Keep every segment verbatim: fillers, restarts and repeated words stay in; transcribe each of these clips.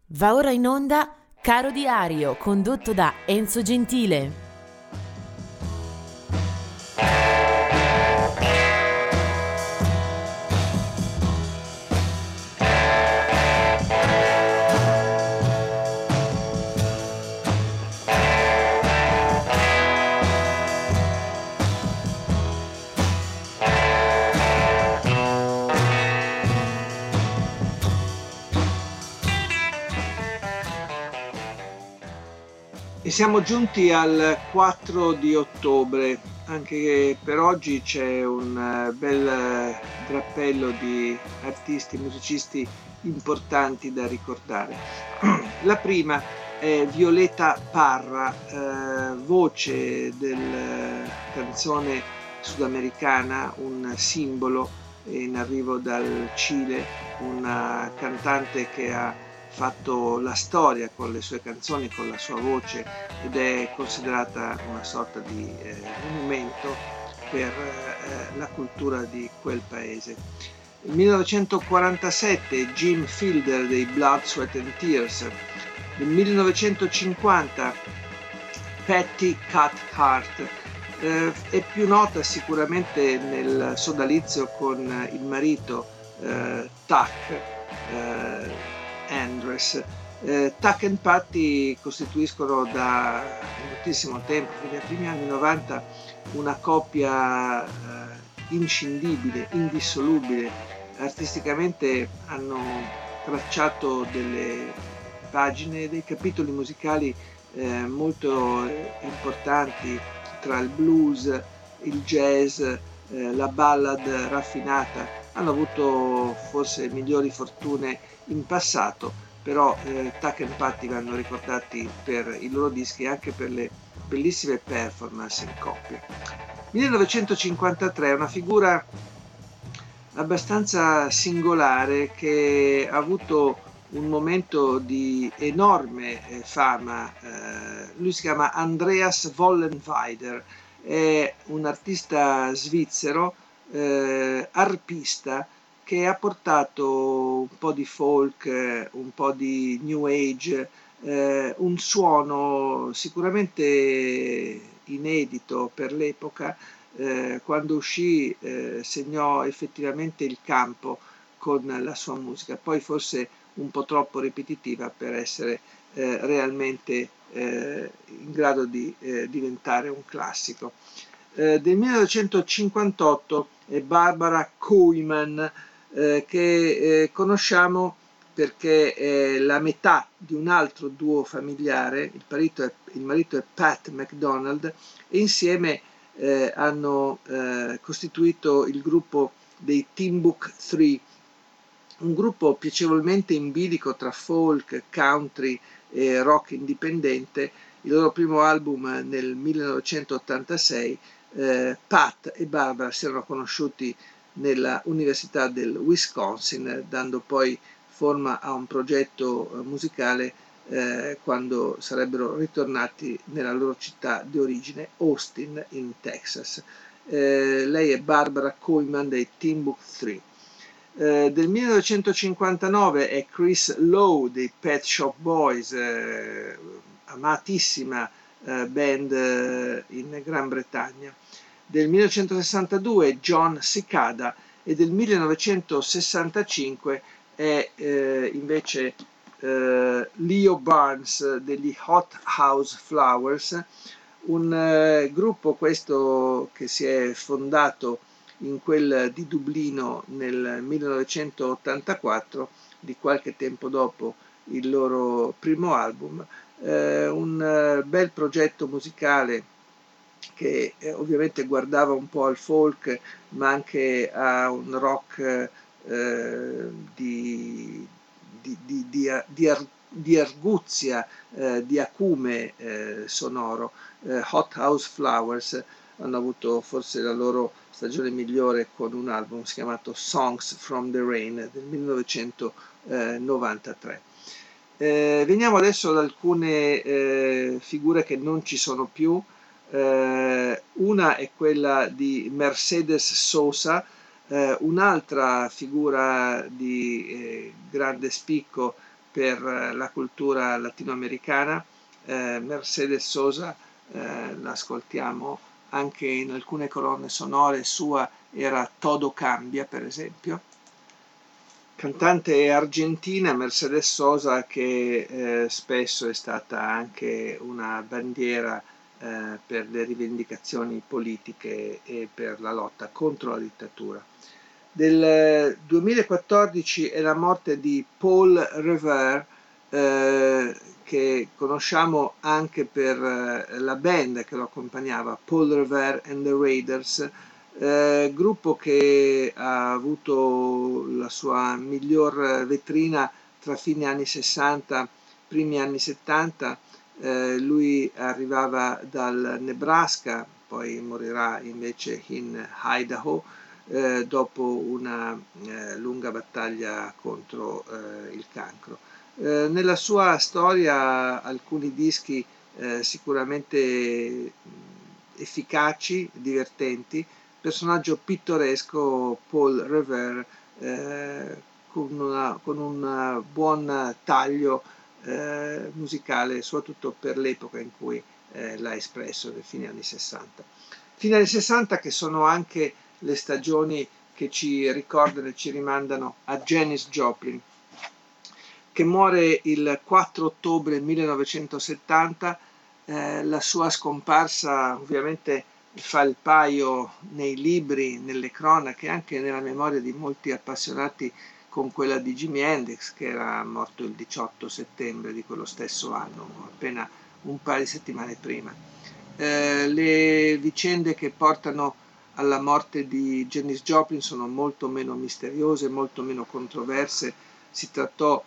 Va ora in onda Caro Diario, condotto da Enzo Gentile. E siamo giunti al quattro di ottobre, anche per oggi c'è un bel drappello di artisti, musicisti importanti da ricordare. La prima è Violeta Parra, eh, voce della canzone sudamericana, un simbolo in arrivo dal Cile, una cantante che ha fatto la storia con le sue canzoni, con la sua voce, ed è considerata una sorta di eh, monumento per eh, la cultura di quel paese. Nel millenovecentoquarantasette Jim Fielder dei Blood, Sweat and Tears. Nel millenovecentocinquanta Patti Cathcart, eh, è più nota sicuramente nel sodalizio con il marito eh, Tuck eh, Andress. Eh, Tuck and Patti costituiscono da moltissimo tempo, quindi ai primi anni novanta, una coppia eh, inscindibile, indissolubile. Artisticamente hanno tracciato delle pagine, dei capitoli musicali eh, molto importanti tra il blues, il jazz, eh, la ballad raffinata. Hanno avuto forse migliori fortune in passato, però eh, Tuck and Patti vanno ricordati per i loro dischi e anche per le bellissime performance in coppia. millenovecentocinquantatré è una figura abbastanza singolare che ha avuto un momento di enorme eh, fama. Eh, lui si chiama Andreas Vollenweider, è un artista svizzero, eh, arpista, che ha portato un po' di folk, un po' di new age, eh, un suono sicuramente inedito per l'epoca. Eh, quando uscì eh, segnò effettivamente il campo con la sua musica, poi forse un po' troppo ripetitiva per essere eh, realmente eh, in grado di eh, diventare un classico. Eh, del millenovecentocinquantotto è Barbara Koyman, eh, che eh, conosciamo perché è la metà di un altro duo familiare, il marito è, il marito è Pat McDonald, e insieme eh, hanno eh, costituito il gruppo dei Timbuk tre, un gruppo piacevolmente in bilico tra folk, country e rock indipendente. Il loro primo album nel millenovecentottantasei, eh, Pat e Barbara si erano conosciuti nella Università del Wisconsin, dando poi forma a un progetto musicale eh, quando sarebbero ritornati nella loro città di origine, Austin, in Texas. Eh, lei è Barbara Koyman dei Timbuk tre. Eh, del millenovecentocinquantanove è Chris Lowe dei Pet Shop Boys, eh, amatissima eh, band eh, in Gran Bretagna. Del millenovecentosessantadue John Cicada, e del millenovecentosessantacinque è eh, invece eh, Leo Barnes degli Hot House Flowers, un eh, gruppo questo che si è fondato in quel di Dublino nel millenovecentottantaquattro, di qualche tempo dopo il loro primo album, eh, un eh, bel progetto musicale che eh, ovviamente guardava un po' al folk, ma anche a un rock eh, di, di, di, di, di, ar, di arguzia, eh, di acume eh, sonoro. Eh, Hot House Flowers hanno avuto forse la loro stagione migliore con un album chiamato Songs from the Rain del millenovecentonovantatré. Eh, veniamo adesso ad alcune eh, figure che non ci sono più. Eh, una è quella di Mercedes Sosa, eh, un'altra figura di eh, grande spicco per la cultura latinoamericana. eh, Mercedes Sosa, eh, l'ascoltiamo anche in alcune colonne sonore, sua era Todo Cambia per esempio. Cantante argentina Mercedes Sosa, che eh, spesso è stata anche una bandiera eh, per le rivendicazioni politiche e per la lotta contro la dittatura. Del duemilaquattordici è la morte di Paul Revere, eh, che conosciamo anche per eh, la band che lo accompagnava, Paul Revere and the Raiders, eh, gruppo che ha avuto la sua miglior vetrina tra fine anni sessanta, primi anni settanta. Eh, lui arrivava dal Nebraska, poi morirà invece in Idaho, eh, dopo una eh, lunga battaglia contro eh, il cancro. Eh, nella sua storia alcuni dischi eh, sicuramente efficaci, divertenti, personaggio pittoresco Paul Revere, eh, con, una, con un buon taglio eh, musicale, soprattutto per l'epoca in cui eh, l'ha espresso, nei fine anni sessanta. Fine anni sessanta che sono anche le stagioni che ci ricordano e ci rimandano a Janis Joplin, che muore il quattro ottobre millenovecentosettanta. Eh, la sua scomparsa ovviamente fa il paio nei libri, nelle cronache, anche nella memoria di molti appassionati con quella di Jimi Hendrix, che era morto il diciotto settembre di quello stesso anno, appena un paio di settimane prima. Eh, le vicende che portano alla morte di Janis Joplin sono molto meno misteriose, molto meno controverse. Si trattò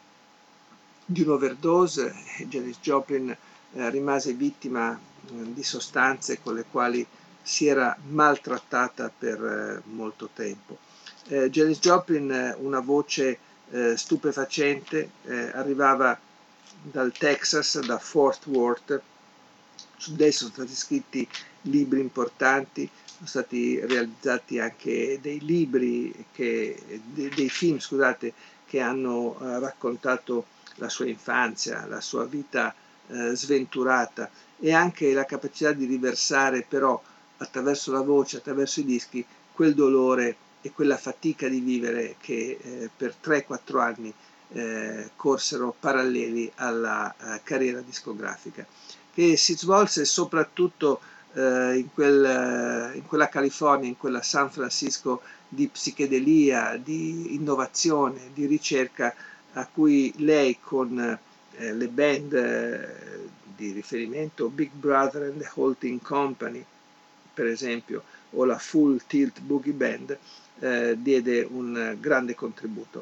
di un'overdose. Janis Joplin eh, rimase vittima eh, di sostanze con le quali si era maltrattata per eh, molto tempo. Eh, Janis Joplin, eh, una voce eh, stupefacente, eh, arrivava dal Texas, da Fort Worth. Su lei sono stati scritti libri importanti, sono stati realizzati anche dei libri, che, dei, dei film, scusate, che hanno eh, raccontato la sua infanzia, la sua vita eh, sventurata, e anche la capacità di riversare però attraverso la voce, attraverso i dischi, quel dolore e quella fatica di vivere che eh, per tre quattro anni eh, corsero paralleli alla eh, carriera discografica, che si svolse soprattutto eh, in, quel, in quella California, in quella San Francisco di psichedelia, di innovazione, di ricerca, a cui lei con eh, le band eh, di riferimento, Big Brother and the Holding Company per esempio, o la Full Tilt Boogie Band, eh, diede un grande contributo.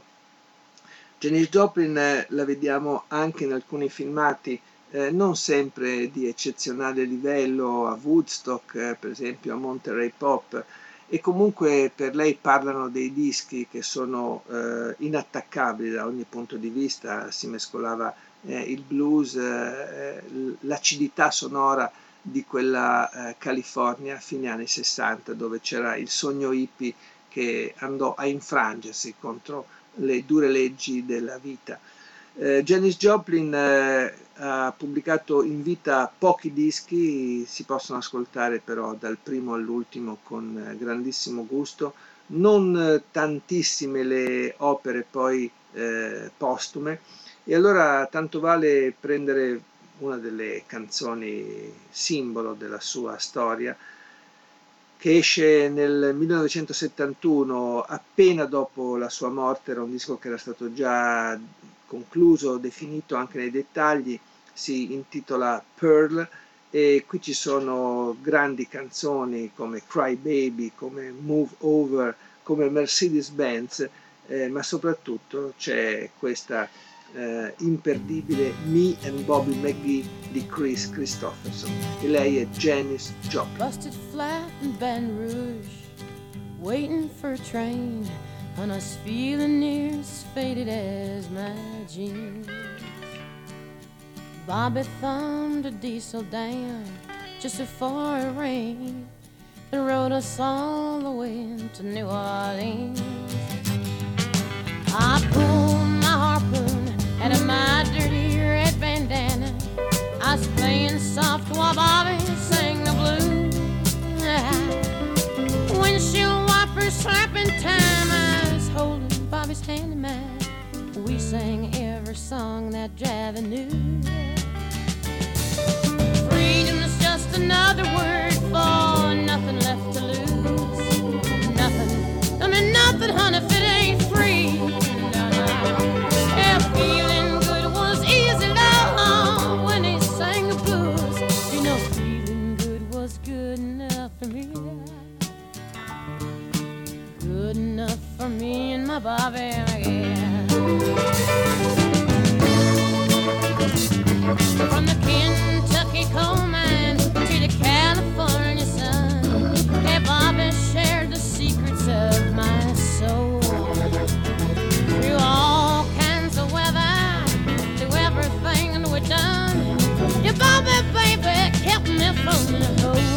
Janis Joplin eh, la vediamo anche in alcuni filmati, eh, non sempre di eccezionale livello, a Woodstock, eh, per esempio a Monterey Pop, e comunque per lei parlano dei dischi che sono eh, inattaccabili da ogni punto di vista. Si mescolava eh, il blues, eh, l'acidità sonora di quella eh, California fine anni sessanta, dove c'era il sogno hippie che andò a infrangersi contro le dure leggi della vita. Eh, Janis Joplin eh, ha pubblicato in vita pochi dischi, si possono ascoltare però dal primo all'ultimo con eh, grandissimo gusto, non eh, tantissime le opere poi eh, postume, e allora tanto vale prendere una delle canzoni simbolo della sua storia, che esce nel millenovecentosettantuno, appena dopo la sua morte. Era un disco che era stato già concluso, definito anche nei dettagli, si intitola Pearl, e qui ci sono grandi canzoni come Cry Baby, come Move Over, come Mercedes-Benz, eh, ma soprattutto c'è questa eh, imperdibile Me and Bobby McGee di Chris Christopherson, e lei è Janis Joplin. Busted flat in Baton Rouge, waiting for a train, and I was feeling near as faded as my jeans. Bobby thumbed a diesel down just before it rained and rode us all the way to New Orleans. I pulled my harpoon out of my dirty red bandana. I was playing soft while Bobby sang the blues. Windshield wipers slapping time, I was holding Bobby's hand in mine. We sang every song that Javi knew. Freedom is just another word for nothing left to lose. Nothing, I mean nothing, honey, if it ain't free. No, no. Yeah, feeling good was easy, love, when he sang the blues. You know, feeling good was good enough for me. Good enough for me and my Bobby, yeah. From the Kentucky coal mine to the California sun, hey, Bobby shared the secrets of my soul. Through all kinds of weather, through everything we've done, yeah, Bobby, baby, kept me from the hole.